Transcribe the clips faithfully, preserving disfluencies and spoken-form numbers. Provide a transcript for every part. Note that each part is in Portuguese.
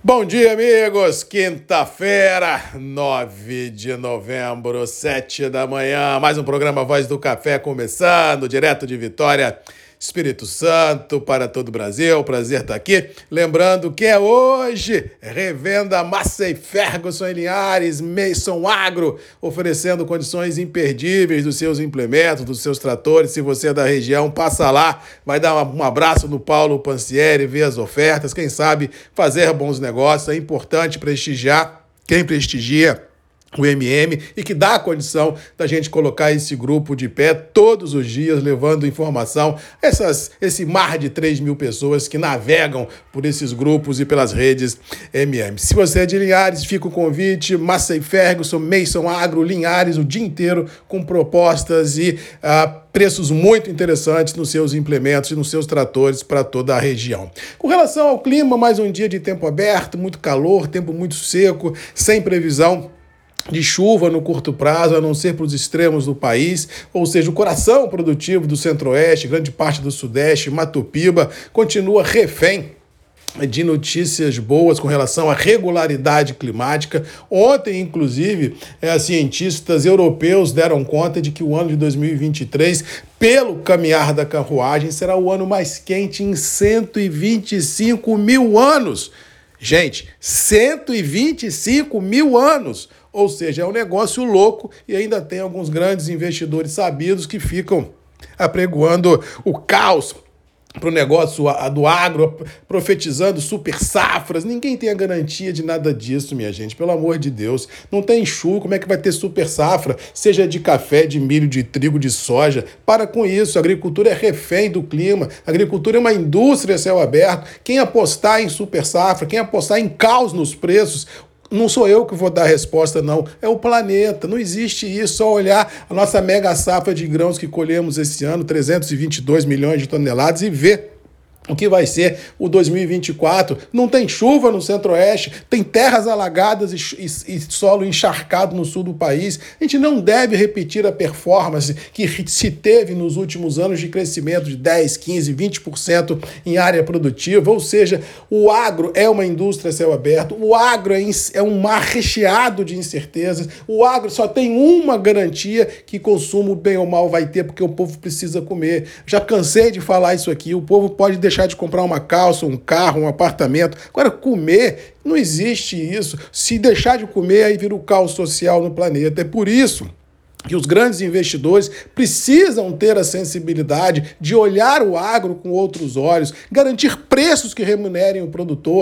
Bom dia, amigos! Quinta-feira, nove de novembro, sete da manhã. Mais um programa Voz do Café começando, direto de Vitória, Espírito Santo, para todo o Brasil. Prazer estar aqui. Lembrando que é hoje, revenda Massey Ferguson em Linhares, Mason Agro, oferecendo condições imperdíveis dos seus implementos, dos seus tratores. Se você é da região, passa lá, vai dar um abraço no Paulo Pansieri, ver as ofertas, quem sabe fazer bons negócios. É importante prestigiar quem prestigia o M M e que dá a condição da gente colocar esse grupo de pé todos os dias, levando informação, essas, esse mar de três mil pessoas que navegam por esses grupos e pelas redes M M. Se você é de Linhares, fica o convite, Massey Ferguson, Mason Agro, Linhares, o dia inteiro com propostas e uh, preços muito interessantes nos seus implementos e nos seus tratores para toda a região. Com relação ao clima, mais um dia de tempo aberto, muito calor, tempo muito seco, sem previsão de chuva no curto prazo, a não ser para os extremos do país, ou seja, o coração produtivo do Centro-Oeste, grande parte do Sudeste, Mato Piba, continua refém de notícias boas com relação à regularidade climática. Ontem, inclusive, é, cientistas europeus deram conta de que o ano de dois mil e vinte e três, pelo caminhar da carruagem, será o ano mais quente em cento e vinte e cinco mil anos. Gente, cento e vinte e cinco mil anos! Ou seja, é um negócio louco e ainda tem alguns grandes investidores sabidos que ficam apregoando o caos para o negócio do agro, profetizando super safras. Ninguém tem a garantia de nada disso, minha gente, pelo amor de Deus. Não tem chuva, como é que vai ter super safra, seja de café, de milho, de trigo, de soja? Para com isso, a agricultura é refém do clima, a agricultura é uma indústria a céu aberto. Quem apostar em super safra, quem apostar em caos nos preços, não sou eu que vou dar a resposta, não. É o planeta. Não existe isso. Só olhar a nossa mega safra de grãos que colhemos esse ano, trezentos e vinte e dois milhões de toneladas, e ver o que vai ser o dois mil e vinte e quatro. Não tem chuva no Centro-Oeste, tem terras alagadas e, e, e solo encharcado no sul do país. A gente não deve repetir a performance que se teve nos últimos anos de crescimento de dez, quinze, vinte por cento em área produtiva. Ou seja, o agro é uma indústria a céu aberto, o agro é, é um mar recheado de incertezas, o agro só tem uma garantia que consumo bem ou mal vai ter, porque o povo precisa comer. Já cansei de falar isso aqui, o povo pode deixar de comprar uma calça, um carro, um apartamento. Agora, comer, não existe isso. Se deixar de comer, aí vira o caos social no planeta. É por isso que os grandes investidores precisam ter a sensibilidade de olhar o agro com outros olhos, garantir preços que remunerem o produtor,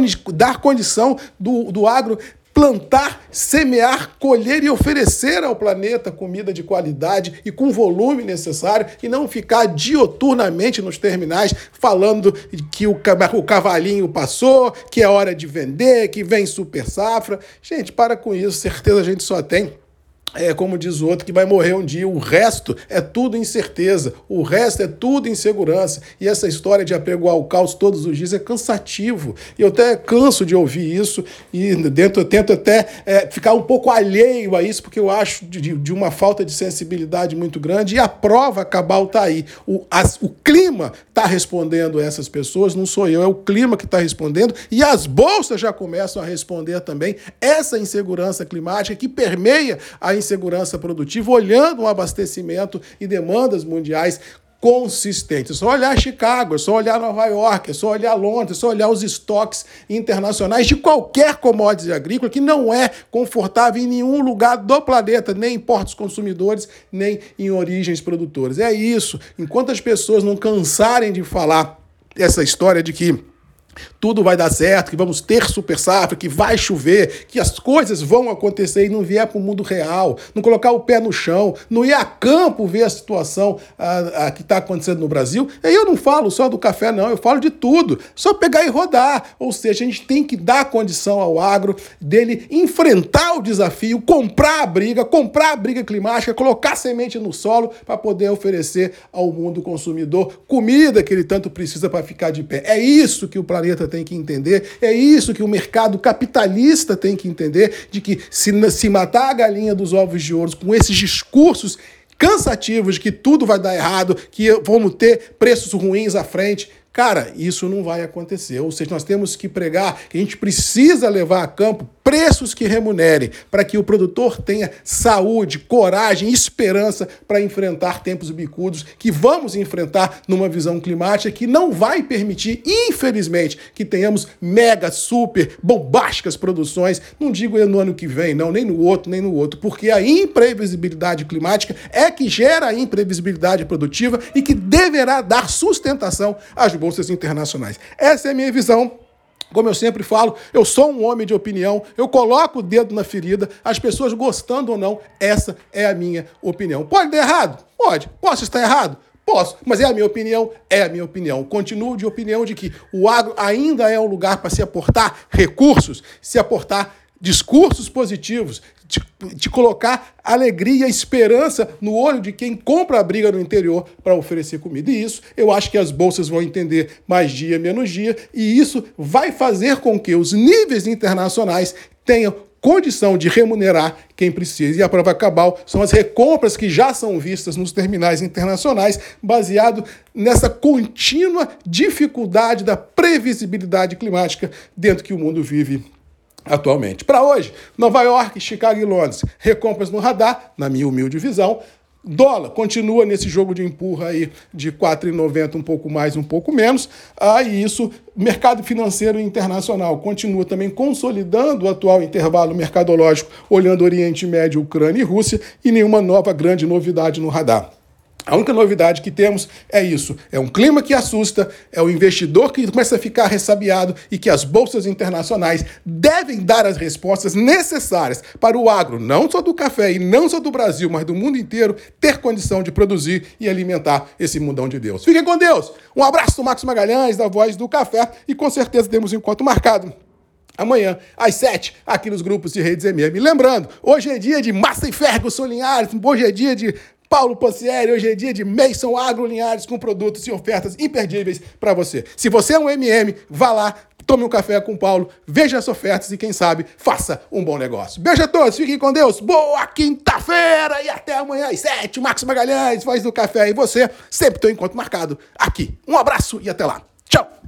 dar condição do, do agro plantar, semear, colher e oferecer ao planeta comida de qualidade e com volume necessário, e não ficar dioturnamente nos terminais falando que o cavalinho passou, que é hora de vender, que vem super safra. Gente, para com isso, certeza a gente só tem. É como diz o outro, que vai morrer um dia. O resto é tudo incerteza, o resto é tudo insegurança. E essa história de apregoar o caos todos os dias é cansativo. E eu até canso de ouvir isso e dentro, eu tento até é, ficar um pouco alheio a isso, porque eu acho de, de uma falta de sensibilidade muito grande. E a prova cabal está aí. O, as, o clima está respondendo a essas pessoas, não sou eu, é o clima que está respondendo. E as bolsas já começam a responder também essa insegurança climática que permeia a insegurança produtiva, olhando o abastecimento e demandas mundiais consistentes. É só olhar Chicago, é só olhar Nova York, é só olhar Londres, é só olhar os estoques internacionais de qualquer commodity agrícola que não é confortável em nenhum lugar do planeta, nem em portos consumidores, nem em origens produtoras. É isso. Enquanto as pessoas não cansarem de falar essa história de que tudo vai dar certo, que vamos ter super safra, que vai chover, que as coisas vão acontecer e não vier para o mundo real, não colocar o pé no chão, não ir a campo ver a situação a, a, que está acontecendo no Brasil. Aí eu não falo só do café, não, eu falo de tudo. Só pegar e rodar. Ou seja, a gente tem que dar condição ao agro dele enfrentar o desafio, comprar a briga, comprar a briga climática, colocar semente no solo para poder oferecer ao mundo consumidor comida que ele tanto precisa para ficar de pé. É isso que o planeta tem que entender, é isso que o mercado capitalista tem que entender, de que se, se matar a galinha dos ovos de ouro com esses discursos cansativos de que tudo vai dar errado, que vamos ter preços ruins à frente, Cara, isso não vai acontecer. Ou seja, nós temos que pregar que a gente precisa levar a campo preços que remunerem, para que o produtor tenha saúde, coragem, esperança para enfrentar tempos bicudos que vamos enfrentar numa visão climática que não vai permitir, infelizmente, que tenhamos mega, super, bombásticas produções. Não digo no ano que vem, não, nem no outro, nem no outro, porque a imprevisibilidade climática é que gera a imprevisibilidade produtiva e que deverá dar sustentação às bolsas internacionais. Essa é a minha visão. Como eu sempre falo, eu sou um homem de opinião, eu coloco o dedo na ferida, as pessoas gostando ou não, essa é a minha opinião. Pode dar errado? Pode. Posso estar errado? Posso, mas é a minha opinião, é a minha opinião. Continuo de opinião de que o agro ainda é um lugar para se aportar recursos, se aportar discursos positivos, de, de colocar alegria e esperança no olho de quem compra a briga no interior para oferecer comida. E isso eu acho que as bolsas vão entender mais dia, menos dia, e isso vai fazer com que os níveis internacionais tenham condição de remunerar quem precisa. E a prova cabal são as recompras que já são vistas nos terminais internacionais, baseado nessa contínua dificuldade da previsibilidade climática dentro que o mundo vive atualmente. Para hoje, Nova York, Chicago e Londres, recompras no radar, na minha humilde visão. Dólar continua nesse jogo de empurra aí de quatro reais e noventa centavos, um pouco mais, um pouco menos. Ah, e isso, mercado financeiro internacional continua também consolidando o atual intervalo mercadológico, olhando Oriente Médio, Ucrânia e Rússia, e nenhuma nova grande novidade no radar. A única novidade que temos é isso, é um clima que assusta, é o investidor que começa a ficar ressabiado e que as bolsas internacionais devem dar as respostas necessárias para o agro, não só do café e não só do Brasil, mas do mundo inteiro, ter condição de produzir e alimentar esse mundão de Deus. Fiquem com Deus! Um abraço do Marcos Magalhães, da Voz do Café, e com certeza temos um encontro marcado amanhã, às sete, aqui nos grupos de Redes M M. Lembrando, hoje é dia de Massey Ferguson Linhares, hoje é dia de Paulo Pancieri, hoje é dia de Mason Agro Linhares, com produtos e ofertas imperdíveis para você. Se você é um M M, vá lá, tome um café com o Paulo, veja as ofertas e, quem sabe, faça um bom negócio. Beijo a todos, fiquem com Deus, boa quinta-feira e até amanhã às sete. Marcos Magalhães, Voz do Café, e você, sempre tem um encontro marcado aqui. Um abraço e até lá. Tchau!